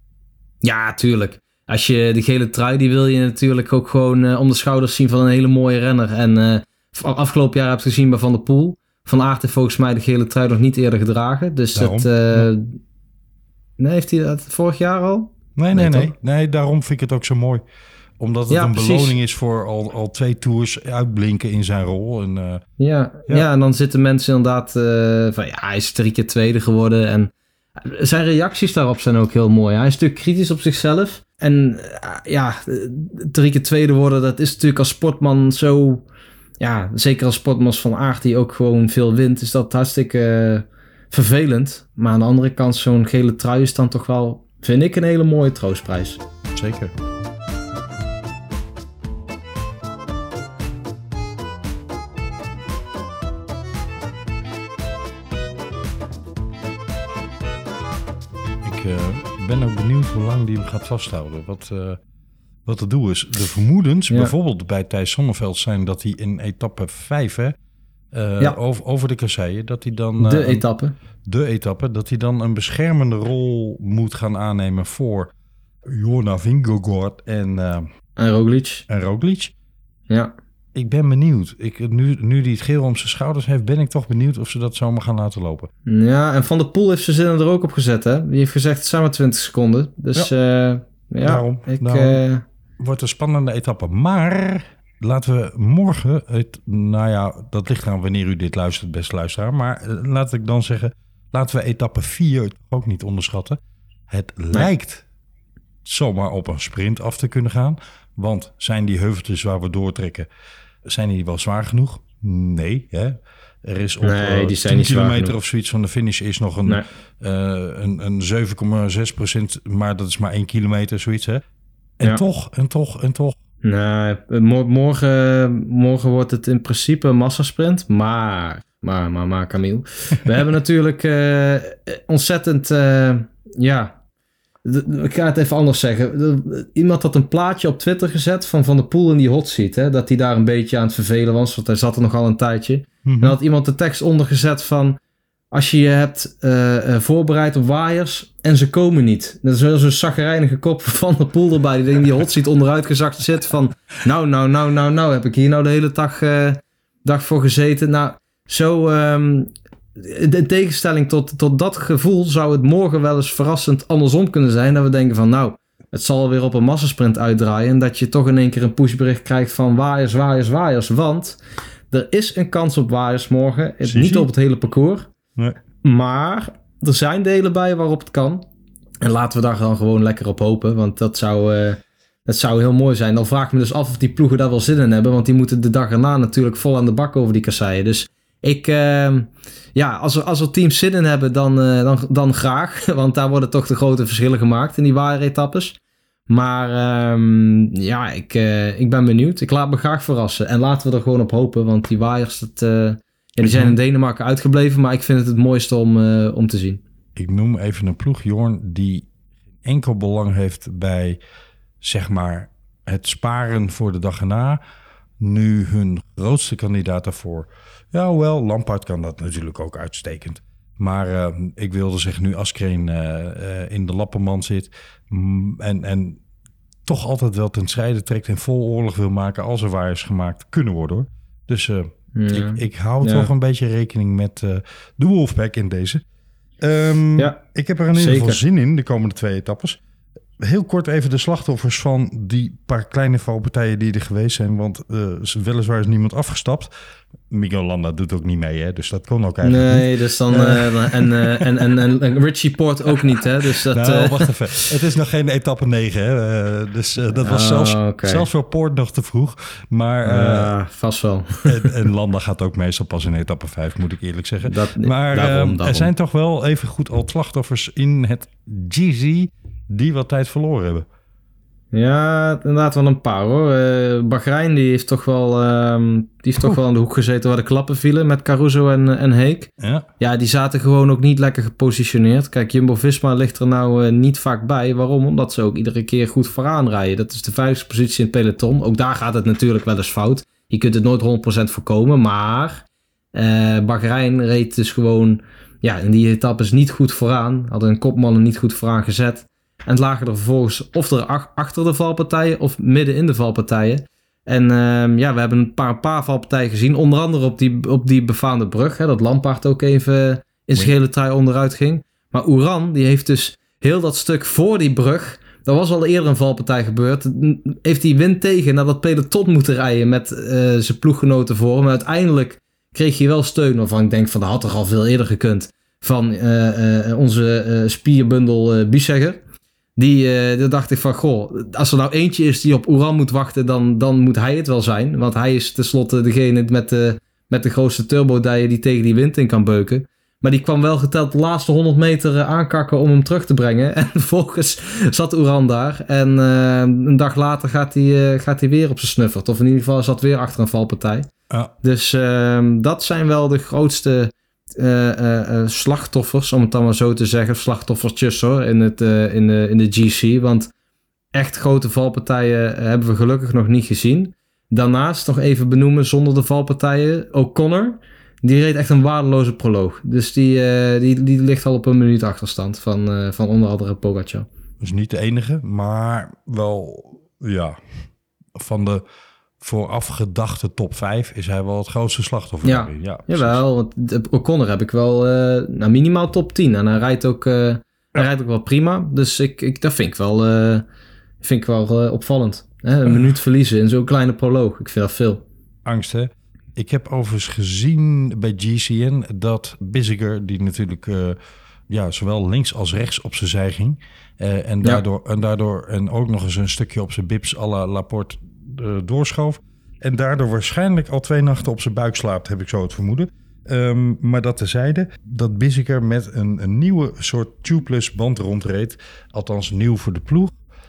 Ja, tuurlijk. Als je de gele trui, die wil je natuurlijk ook gewoon uh, om de schouders zien van een hele mooie renner. En uh, afgelopen jaar heb je het gezien bij Van der Poel. Van Aert heeft volgens mij de gele trui nog niet eerder gedragen. Dus daarom, dat... Uh, ja. Nee, heeft hij dat vorig jaar al? Nee, nee, nee. Nee, nee daarom vind ik het ook zo mooi. Omdat het ja, een precies. beloning is voor al, al twee tours uitblinken in zijn rol. En, uh, ja, ja. ja, en dan zitten mensen inderdaad uh, van ja, hij is drie keer tweede geworden. En zijn reacties daarop zijn ook heel mooi. Hij is natuurlijk kritisch op zichzelf. En uh, ja, drie keer tweede worden, dat is natuurlijk als sportman zo... Ja, zeker als sportman Van Aert die ook gewoon veel wint, is dat hartstikke uh, vervelend. Maar aan de andere kant, zo'n gele trui is dan toch wel, vind ik, een hele mooie troostprijs. Zeker. Ik uh, ben ook benieuwd hoe lang die hem gaat vasthouden. Wat... Uh... Wat het doel is. De vermoedens, ja. bijvoorbeeld bij Thijs Zonneveld, zijn dat hij in etappe vijf, hè, uh, ja. over, over de kasseien, dat hij dan... Uh, de etappe. De etappe, dat hij dan een beschermende rol moet gaan aannemen voor Jonas Vingegaard en... Uh, en Roglic. En Roglic. Ja. Ik ben benieuwd. Ik, nu, nu die het geel om zijn schouders heeft, ben ik toch benieuwd of ze dat zomaar gaan laten lopen. Ja, en Van der Poel heeft zijn zinnen er ook op gezet, hè. Die heeft gezegd, het zijn maar twintig seconden. Dus ja, uh, ja daarom, ik... daarom. Uh, wordt een spannende etappe. Maar laten we morgen, het, nou ja, dat ligt aan wanneer u dit luistert, beste luisteraar. Maar uh, laat ik dan zeggen, laten we etappe vier ook niet onderschatten. Het nee. lijkt zomaar op een sprint af te kunnen gaan. Want zijn die heuveltjes waar we doortrekken, zijn die wel zwaar genoeg? Nee, hè? Er is op nee, die zijn tien kilometer of zoiets van de finish is nog een, nee. uh, een, een zeven komma zes procent, maar dat is maar één kilometer, zoiets, hè? En ja. toch, en toch, en toch. Nee, morgen, morgen wordt het in principe een massasprint. Maar, maar, maar, maar, Camille. We hebben natuurlijk uh, ontzettend, uh, ja... Ik ga het even anders zeggen. Iemand had een plaatje op Twitter gezet van Van der Poel in die hot seat. Hè? Dat hij daar een beetje aan het vervelen was, want hij zat er nogal een tijdje. Mm-hmm. En had iemand de tekst onder gezet van... als je je hebt uh, uh, voorbereid op waaiers en ze komen niet. Dat is wel zo'n chagrijnige kop van de Poel erbij. Die die hot ziet onderuit gezakt zit van... Nou, nou, nou, nou, nou, heb ik hier nou de hele dag, uh, dag voor gezeten. Nou, zo... Um, in tegenstelling tot, tot dat gevoel zou het morgen wel eens verrassend andersom kunnen zijn. Dat we denken van, nou, het zal weer op een massasprint uitdraaien. En dat je toch in één keer een pushbericht krijgt van waaiers, waaiers, waaiers. Want er is een kans op waaiers morgen. Het, niet op het hele parcours. Nee. Maar er zijn delen bij waarop het kan. En laten we daar dan gewoon lekker op hopen. Want dat zou, uh, dat zou heel mooi zijn. Dan vraag ik me dus af of die ploegen daar wel zin in hebben. Want die moeten de dag erna natuurlijk vol aan de bak over die kasseien. Dus ik... Uh, ja, als er, als er teams zin in hebben, dan, uh, dan, dan graag. Want daar worden toch de grote verschillen gemaakt in die waaieretappes. Maar um, ja, ik, uh, ik ben benieuwd. Ik laat me graag verrassen. En laten we er gewoon op hopen. Want die waaiers, dat, uh, ja, die zijn in Denemarken uitgebleven. Maar ik vind het het mooiste om, uh, om te zien. Ik noem even een ploeg, Jorn, die enkel belang heeft bij, zeg maar, het sparen voor de dag erna. Nu hun grootste kandidaat daarvoor. Ja, hoewel, Lampaard kan dat natuurlijk ook uitstekend. Maar uh, ik wilde zeggen, nu Askreen uh, uh, in de lappenmand zit... Mm, en, en toch altijd wel ten strijde trekt en vol oorlog wil maken... als er waaiers gemaakt kunnen worden, hoor. Dus uh, ja. ik, ik hou ja. toch een beetje rekening met uh, de Wolfpack in deze. Um, ja, ik heb er in ieder geval zin in, de komende twee etappes. Heel kort even de slachtoffers van die paar kleine valpartijen die er geweest zijn. Want uh, weliswaar is niemand afgestapt. Miguel Landa doet ook niet mee, hè? Dus dat kon ook eigenlijk nee, niet. Dus dan, uh, en, uh, en, en, en, en Richie Port ook niet, hè? Dus dat, nou, uh... wacht even. Het is nog geen etappe negen, hè? Uh, dus uh, dat was oh, zelfs, okay. zelfs voor Port nog te vroeg. Maar uh, uh, vast wel. en, en Landa gaat ook meestal pas in etappe vijf, moet ik eerlijk zeggen. Dat, maar daarom, uh, daarom. Er zijn toch wel even goed al slachtoffers in het G C... die wat tijd verloren hebben. Ja, inderdaad wel een paar, hoor. Uh, Bahrein die heeft toch wel, uh, die heeft toch wel in de hoek gezeten waar de klappen vielen met Caruso en, en Heek. Ja. ja, die zaten gewoon ook niet lekker gepositioneerd. Kijk, Jumbo-Visma ligt er nou uh, niet vaak bij. Waarom? Omdat ze ook iedere keer goed vooraan rijden. Dat is de veiligste positie in het peloton. Ook daar gaat het natuurlijk wel eens fout. Je kunt het nooit honderd procent voorkomen, maar uh, Bahrein reed dus gewoon, ja, in die etappes niet goed vooraan. Hadden hun kopmannen niet goed vooraan gezet. En het lagen er vervolgens of er achter de valpartijen of midden in de valpartijen. En uh, ja, we hebben een paar, paar valpartijen gezien. Onder andere op die, op die befaamde brug. Hè, dat Lampaard ook even in zijn gele trui onderuit ging. Maar Uran, die heeft dus heel dat stuk voor die brug... Dat was al eerder een valpartij gebeurd. Heeft hij wind tegen naar dat peloton moeten rijden met uh, zijn ploeggenoten voor hem. Maar uiteindelijk kreeg hij wel steun. Waarvan ik denk van dat had toch al veel eerder gekund. Van uh, uh, onze uh, spierbundel uh, Biesegger. Die, uh, daar dacht ik van, goh, als er nou eentje is die op Uran moet wachten, dan, dan moet hij het wel zijn. Want hij is tenslotte degene met de, met de grootste turbodijen die tegen die wind in kan beuken. Maar die kwam wel geteld de laatste honderd meter aankakken om hem terug te brengen. En vervolgens zat Uran daar. En uh, een dag later gaat hij, uh, gaat hij weer op zijn snuffert. Of in ieder geval zat weer achter een valpartij. Ja. Dus uh, dat zijn wel de grootste... Uh, uh, uh, slachtoffers, om het dan maar zo te zeggen, slachtoffertjes hoor, in, het, uh, in, de, in de G C, want echt grote valpartijen hebben we gelukkig nog niet gezien. Daarnaast nog even benoemen, zonder de valpartijen, O'Connor, die reed echt een waardeloze proloog. Dus die, uh, die, die ligt al op een minuut achterstand van, uh, van onder andere Pogacar. Dus niet de enige, maar wel, ja, van de vooraf gedachte top vijf is hij wel het grootste slachtoffer. Ja, ja jawel. Want O'Connor heb ik wel uh, nou, minimaal top tien. En hij rijdt ook, uh, ja. hij rijdt ook wel prima. Dus ik, ik, dat vind ik wel, uh, vind ik wel uh, opvallend. Hè? Een minuut verliezen in zo'n kleine proloog. Ik vind dat veel. Angst, hè? Ik heb overigens gezien bij G C N dat Bissiger, die natuurlijk uh, ja, zowel links als rechts op zijn zij ging. Uh, en, daardoor, ja. en daardoor en ook nog eens een stukje op zijn bips à la Laporte Uh, doorschoof. En daardoor waarschijnlijk al twee nachten op zijn buik slaapt, heb ik zo het vermoeden. Um, maar dat tezijde, dat Bissiger met een, een nieuwe soort tubeless band rondreed. Althans nieuw voor de ploeg.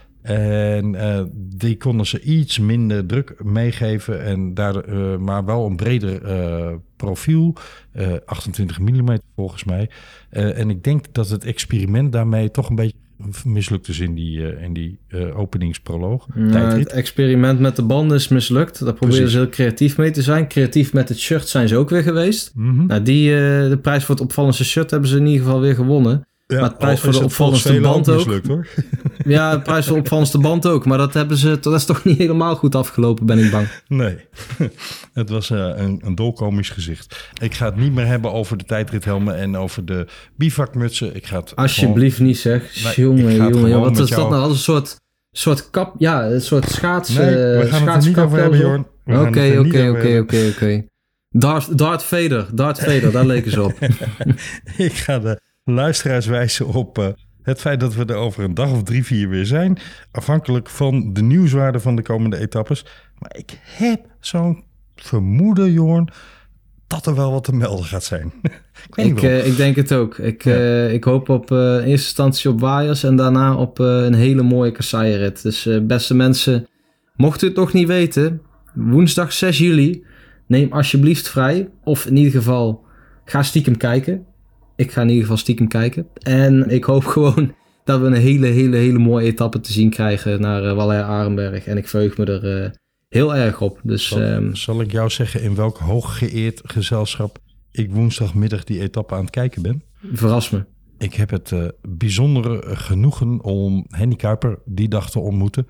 En uh, die konden ze iets minder druk meegeven. En daardoor, uh, maar wel een breder uh, profiel. Uh, achtentwintig millimeter volgens mij. Uh, en ik denk dat het experiment daarmee toch een beetje mislukt dus in die, uh, in die uh, openingsproloog. Nou, het experiment met de banden is mislukt. Daar proberen ze heel creatief mee te zijn. Creatief met het shirt zijn ze ook weer geweest. Mm-hmm. Nou, die, uh, de prijs voor het opvallendste shirt hebben ze in ieder geval weer gewonnen. Ja, maar de prijs voor de opvallendste band ook. Mislukt, hoor. Ja, de prijs voor de opvallendste band ook. Maar dat hebben ze, dat is toch niet helemaal goed afgelopen, ben ik bang. Nee, het was uh, een, een dolkomisch gezicht. Ik ga het niet meer hebben over de tijdrithelmen en over de bivakmutsen. Ik ga het Alsjeblieft gewoon... niet zeg. Nee, jongen, jongen. Ja, wat is jou... dat nou als een soort, soort kap, ja, een soort schaats... Nee, we gaan het er niet over hebben, Jorn. Oké, oké, oké, oké, oké. Darth Vader, Darth Vader, daar leken ze op. Ik ga de luisteraars wijzen op uh, het feit dat we er over een dag of drie, vier weer zijn. Afhankelijk van de nieuwswaarde van de komende etappes. Maar ik heb zo'n vermoeden, Jorn, dat er wel wat te melden gaat zijn. ik, ik, uh, ik denk het ook. Ik, ja. uh, ik hoop op uh, in eerste instantie op waaiers en daarna op uh, een hele mooie kasseienrit. Dus uh, beste mensen, mocht u het nog niet weten, woensdag zes juli, neem alsjeblieft vrij. Of in ieder geval, ga stiekem kijken. Ik ga in ieder geval stiekem kijken. En ik hoop gewoon dat we een hele, hele, hele mooie etappe te zien krijgen naar uh, Valleij-Arenberg. En ik verheug me er uh, heel erg op. Dus, zal, um, zal ik jou zeggen in welk hooggeëerd gezelschap ik woensdagmiddag die etappe aan het kijken ben? Verras me. Ik heb het uh, bijzondere genoegen om Henny Kuiper die dag te ontmoeten.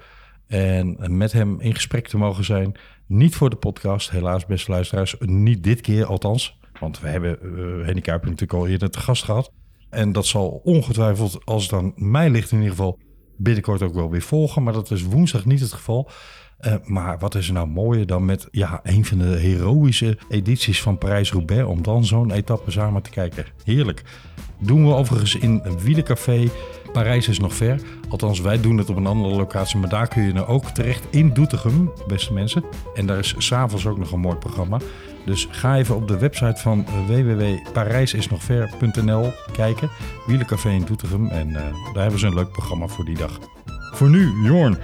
En met hem in gesprek te mogen zijn. Niet voor de podcast, helaas beste luisteraars. Niet dit keer althans. Want we hebben uh, Henny Kuiper natuurlijk al eerder te gast gehad. En dat zal ongetwijfeld, als het aan mij ligt in ieder geval, binnenkort ook wel weer volgen. Maar dat is woensdag niet het geval. Uh, maar wat is er nou mooier dan met ja, een van de heroïsche edities van Parijs-Roubaix... om dan zo'n etappe samen te kijken. Heerlijk. Doen we overigens in een wielercafé. Parijs is nog ver. Althans, wij doen het op een andere locatie. Maar daar kun je nou ook terecht in Doetinchem, beste mensen. En daar is 's avonds ook nog een mooi programma. Dus ga even op de website van w w w punt parijsisnogver punt n l kijken. Wielercafé in Doetinchem. En uh, daar hebben ze een leuk programma voor die dag. Voor nu, Jorn.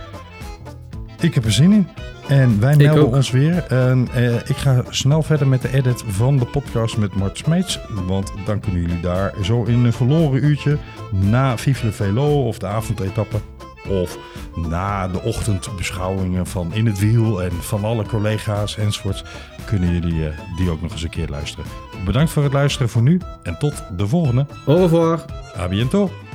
Ik heb er zin in. En wij melden ons weer. En, uh, ik ga snel verder met de edit van de podcast met Mart Smeets. Want dan kunnen jullie daar zo in een verloren uurtje na Vive le Velo of de avondetappe of na de ochtendbeschouwingen van In het Wiel en van alle collega's enzovoorts, kunnen jullie uh, die ook nog eens een keer luisteren. Bedankt voor het luisteren voor nu en tot de volgende. Au revoir. A bientôt.